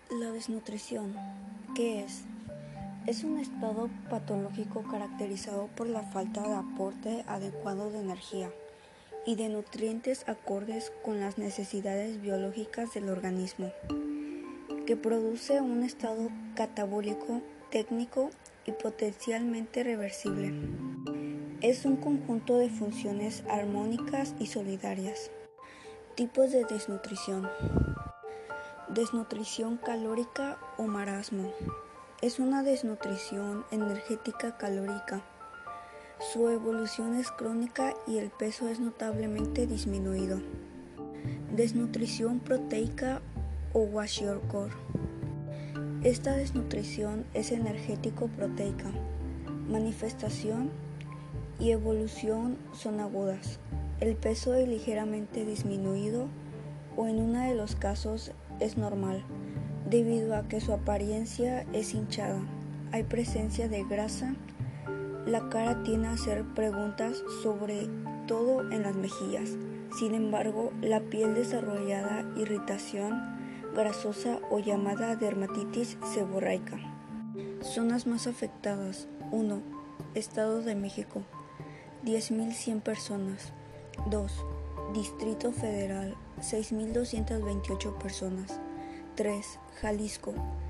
La desnutrición, ¿qué es? Es un estado patológico caracterizado por la falta de aporte adecuado de energía y de nutrientes acordes con las necesidades biológicas del organismo, que produce un estado catabólico, técnico y potencialmente reversible. Es un conjunto de funciones armónicas y solidarias. Tipos de desnutrición. Desnutrición calórica o marasmo. Es una desnutrición energética calórica. Su evolución es crónica y el peso es notablemente disminuido. Desnutrición proteica o kwashiorkor. Esta desnutrición es energético-proteica. Manifestación y evolución son agudas. El peso es ligeramente disminuido o en uno de los casos es normal, debido a que su apariencia es hinchada. Hay presencia de grasa. La cara tiende a hacer preguntas, sobre todo en las mejillas. Sin embargo, la piel desarrolla irritación grasosa o llamada dermatitis seborreica. Zonas más afectadas. 1. Estado de México, 10.100 personas. 2. Distrito Federal, 6.228 personas. 3. Jalisco,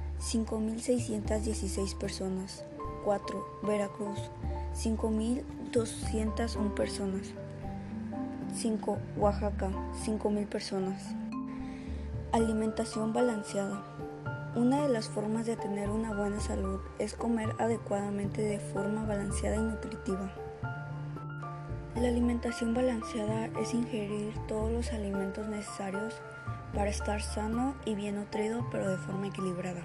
5.616 personas. 4. Veracruz, 5.201 personas. 5. Oaxaca, 5.000 personas. Alimentación balanceada. Una de las formas de tener una buena salud es comer adecuadamente de forma balanceada y nutritiva. La alimentación balanceada es ingerir todos los alimentos necesarios para estar sano y bien nutrido, pero de forma equilibrada,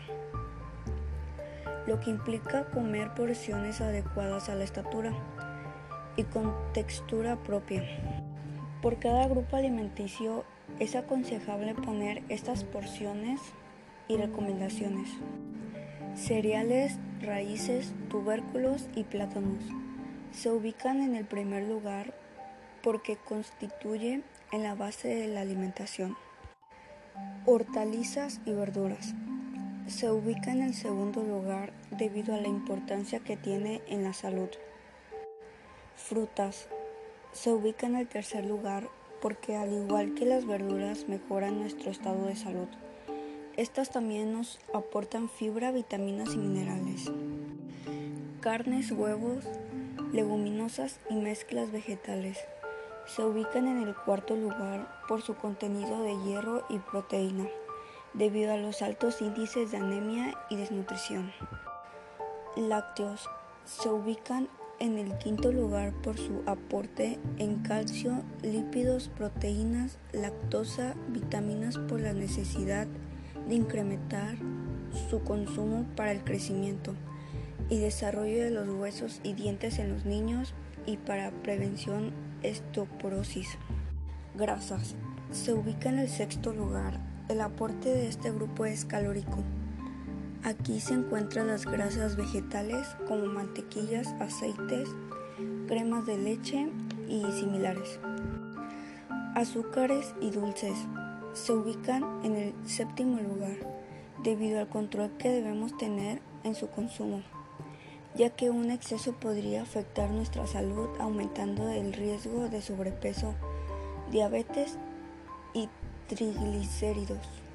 lo que implica comer porciones adecuadas a la estatura y con textura propia. Por cada grupo alimenticio es aconsejable poner estas porciones y recomendaciones: cereales, raíces, tubérculos y plátanos. Se ubican en el primer lugar porque constituye en la base de la alimentación. Hortalizas y verduras. Se ubica en el segundo lugar debido a la importancia que tiene en la salud. Frutas. Se ubica en el tercer lugar porque, al igual que las verduras, mejoran nuestro estado de salud. Estas también nos aportan fibra, vitaminas y minerales. Carnes, huevos, leguminosas y mezclas vegetales. Se ubican en el cuarto lugar por su contenido de hierro y proteína, debido a los altos índices de anemia y desnutrición. Lácteos. Se ubican en el quinto lugar por su aporte en calcio, lípidos, proteínas, lactosa, vitaminas, por la necesidad de incrementar su consumo para el crecimiento y desarrollo de los huesos y dientes en los niños y para prevención osteoporosis. Grasas. Se ubica en el sexto lugar. El aporte de este grupo es calórico. Aquí se encuentran las grasas vegetales como mantequillas, aceites, cremas de leche y similares. Azúcares y dulces. Se ubican en el séptimo lugar debido al control que debemos tener en su consumo, ya que un exceso podría afectar nuestra salud, aumentando el riesgo de sobrepeso, diabetes y triglicéridos.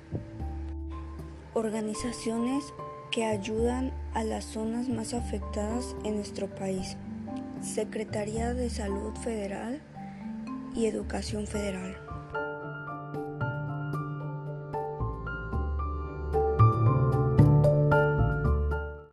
Organizaciones que ayudan a las zonas más afectadas en nuestro país: Secretaría de Salud Federal y Educación Federal.